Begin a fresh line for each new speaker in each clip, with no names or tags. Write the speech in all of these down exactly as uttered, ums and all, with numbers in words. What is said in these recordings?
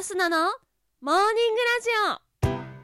アスナのモーニングラジオ。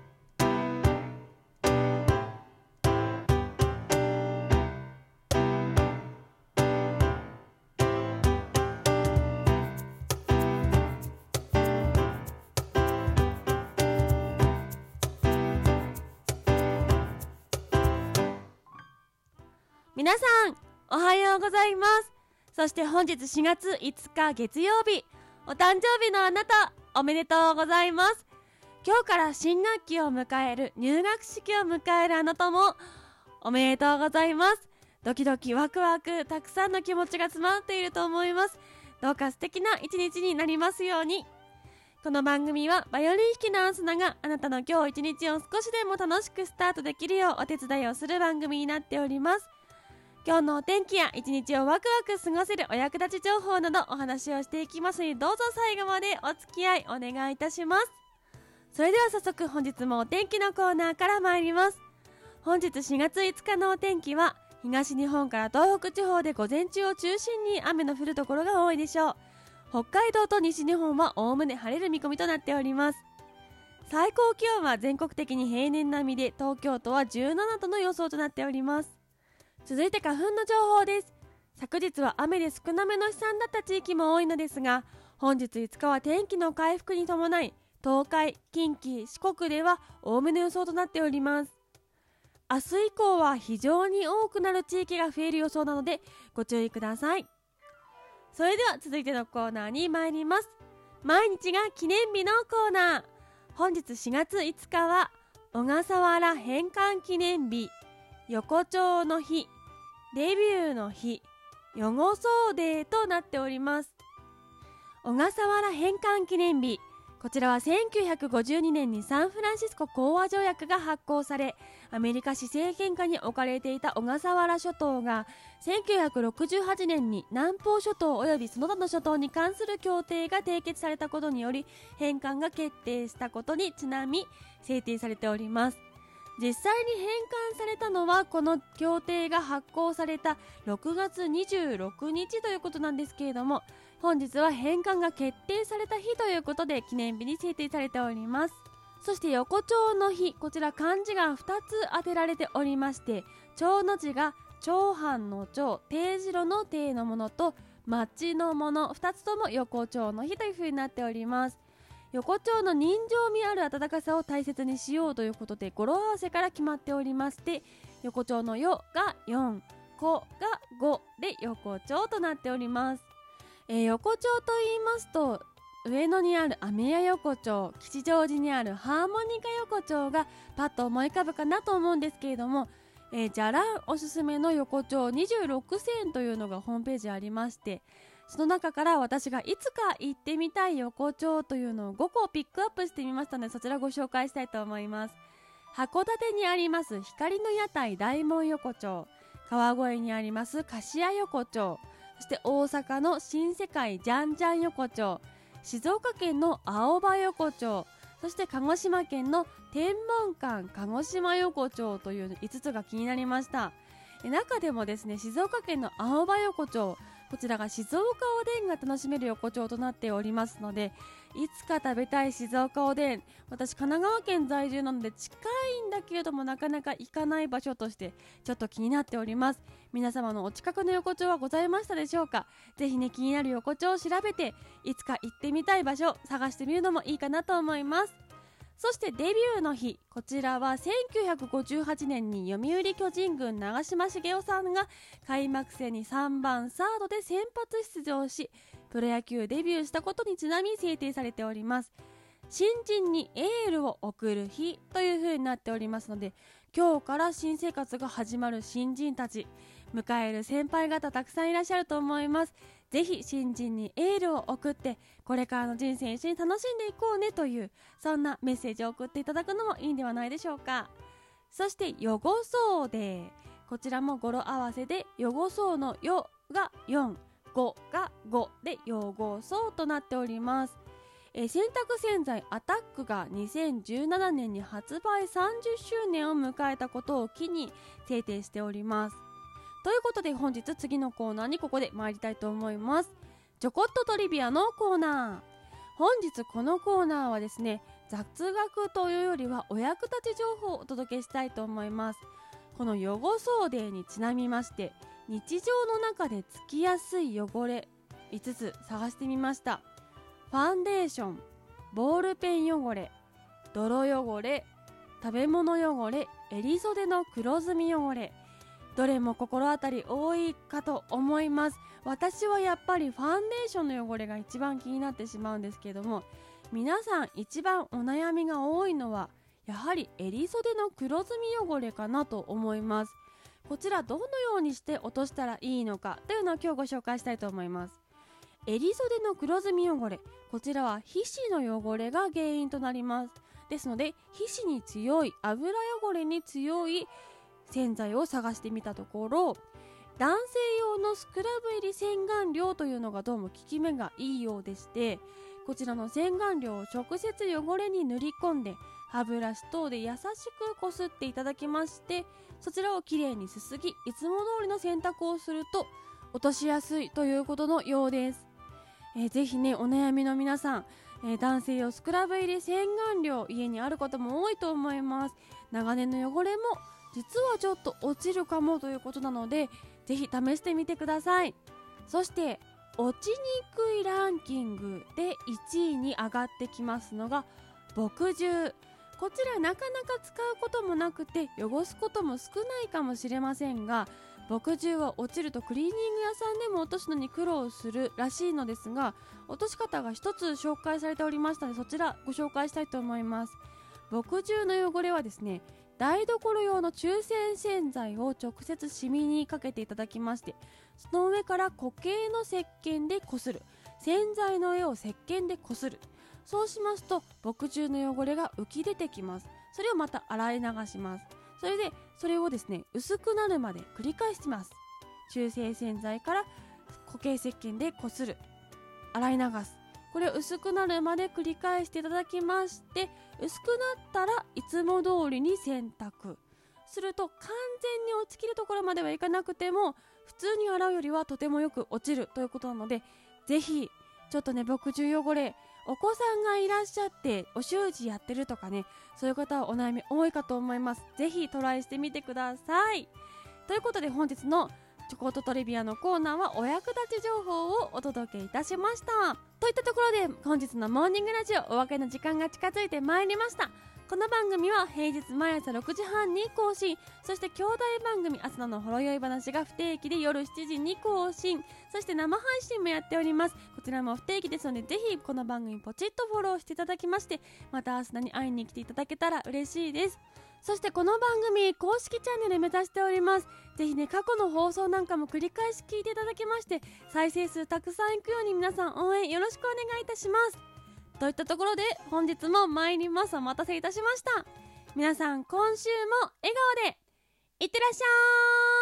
皆さんおはようございます。そして本日しがついつか月曜日、お誕生日のあなたおめでとうございます。今日から新学期を迎える、入学式を迎えるあなたもおめでとうございます。ドキドキワクワク、たくさんの気持ちが詰まっていると思います。どうか素敵な一日になりますように。この番組はバイオリン弾きのアスナがあなたの今日一日を少しでも楽しくスタートできるようお手伝いをする番組になっております。今日のお天気や一日をワクワク過ごせるお役立ち情報などお話をしていきますので、どうぞ最後までお付き合いお願いいたします。それでは早速本日もお天気のコーナーから参ります。本日しがついつかのお天気は、東日本から東北地方で午前中を中心に雨の降るところが多いでしょう。北海道と西日本はおおむね晴れる見込みとなっております。最高気温は全国的に平年並みで、東京都はじゅうななどの予想となっております。続いて花粉の情報です。昨日は雨で少なめの飛散だった地域も多いのですが、本日いつかは天気の回復に伴い、東海、近畿、四国ではおおむね予想となっております。明日以降は非常に多くなる地域が増える予想なのでご注意ください。それでは続いてのコーナーに参ります。毎日が記念日のコーナー。本日しがついつかは小笠原返還記念日、横丁の日、デビューの日、汚そうデーとなっております。小笠原返還記念日、こちらはせんきゅうひゃくごじゅうにねんにサンフランシスコ講和条約が発効され、アメリカ施政権下に置かれていた小笠原諸島がせんきゅうひゃくろくじゅうはちねんに南方諸島及びその他の諸島に関する協定が締結されたことにより、返還が決定したことにちなみ制定されております。実際に返還されたのはこの協定が発効されたろくがつにじゅうろくにちということなんですけれども、本日は返還が決定された日ということで記念日に制定されております。そして横丁の日、こちら漢字がふたつ当てられておりまして、丁の字が長藩の長、丁字路の丁のものと町のもの、ふたつとも横丁の日という風になっております。横丁の人情味ある温かさを大切にしようということで語呂合わせから決まっておりまして、横丁のよがよん、こがごで横丁となっております。えー、横丁と言いますと、上野にあるアメヤ横丁、吉祥寺にあるハーモニカ横丁がパッと思い浮かぶかなと思うんですけれども、えー、じゃらんおすすめの横丁にじゅうろくせんというのがホームページありまして、その中から私がいつか行ってみたい横丁というのをごこピックアップしてみましたので、そちらご紹介したいと思います。函館にあります光の屋台大門横丁、川越にあります菓屋横丁、そして大阪の新世界じゃんじゃん横丁、静岡県の青葉横丁、そして鹿児島県の天文館鹿児島横丁といういつつが気になりました。中でもですね、静岡県の青葉横丁、こちらが静岡おでんが楽しめる横丁となっておりますので、いつか食べたい静岡おでん、私神奈川県在住なので近いんだけれどもなかなか行かない場所としてちょっと気になっております。皆様のお近くの横丁はございましたでしょうか。ぜひね、気になる横丁を調べていつか行ってみたい場所探してみるのもいいかなと思います。そしてデビューの日、こちらはせんきゅうひゃくごじゅうはちねんに読売巨人軍長嶋茂雄さんが開幕戦にさんばんサードで先発出場し、プロ野球デビューしたことにちなみ制定されております。新人にエールを送る日という風になっておりますので、今日から新生活が始まる新人たち、迎える先輩方たくさんいらっしゃると思います。ぜひ新人にエールを送って、これからの人生一緒に楽しんでいこうねという、そんなメッセージを送っていただくのもいいんではないでしょうか。そして汚そうデー、こちらも語呂合わせで汚そうのよがよん、ごがごで汚そうとなっております。えー、洗濯洗剤アタックがにせんじゅうななねんに発売さんじゅっしゅうねんを迎えたことを機に制定しております。ということで本日次のコーナーにここで参りたいと思います。ちょこっとトリビアのコーナー。 本日このコーナーはですね、雑学というよりはお役立ち情報をお届けしたいと思います。この汚そうデーにちなみまして、日常の中でつきやすい汚れいつつ探してみました。ファンデーション、ボールペン汚れ、泥汚れ、食べ物汚れ、襟袖の黒ずみ汚れ、どれも心当たり多いかと思います。私はやっぱりファンデーションの汚れが一番気になってしまうんですけども、皆さん一番お悩みが多いのはやはり襟袖の黒ずみ汚れかなと思います。こちらどのようにして落としたらいいのかというのを今日ご紹介したいと思います。襟袖の黒ずみ汚れ、こちらは皮脂の汚れが原因となります。ですので皮脂に強い、油汚れに強い洗剤を探してみたところ、男性用のスクラブ入り洗顔料というのがどうも効き目がいいようでして、こちらの洗顔料を直接汚れに塗り込んで歯ブラシ等で優しくこすっていただきまして、そちらをきれいにすすぎ、いつも通りの洗濯をすると落としやすいということのようです。えー、ぜひね、お悩みの皆さん、えー、男性用スクラブ入り洗顔料家にあることも多いと思います。長年の汚れも実はちょっと落ちるかもということなので、ぜひ試してみてください。そして落ちにくいランキングでいちいに上がってきますのが墨汁。こちらなかなか使うこともなくて汚すことも少ないかもしれませんが、墨汁は落ちるとクリーニング屋さんでも落とすのに苦労するらしいのですが、落とし方が一つ紹介されておりましたので、そちらご紹介したいと思います。墨汁の汚れはですね、台所用の中性洗剤を直接シミにかけていただきまして、その上から固形の石鹸でこする、洗剤の上を石鹸でこする。そうしますと墨汁の汚れが浮き出てきます。それをまた洗い流します。それでそれをですね、薄くなるまで繰り返します。中性洗剤から固形石鹸でこする、洗い流す、これを薄くなるまで繰り返していただきまして、薄くなったらいつも通りに洗濯すると、完全に落ちきるところまではいかなくても普通に洗うよりはとてもよく落ちるということなので、ぜひちょっとね、墨汁汚れ、お子さんがいらっしゃってお習字やってるとかね、そういう方はお悩み多いかと思います。ぜひトライしてみてください。ということで本日のちょこっとトリビアのコーナーはお役立ち情報をお届けいたしました。といったところで本日のモーニングラジオ、お別れの時間が近づいてまいりました。この番組は平日毎朝ろくじはんに更新、そして兄弟番組アスナのほろ酔い話が不定期で夜しちじに更新、そして生配信もやっております。こちらも不定期ですので、ぜひこの番組ポチッとフォローしていただきまして、またアスナに会いに来ていただけたら嬉しいです。そしてこの番組公式チャンネル目指しております。ぜひね、過去の放送なんかも繰り返し聞いていただきまして、再生数たくさんいくように皆さん応援よろしくお願いいたします。といったところで本日も参ります。お待たせいたしました。皆さん今週も笑顔でいってらっしゃい。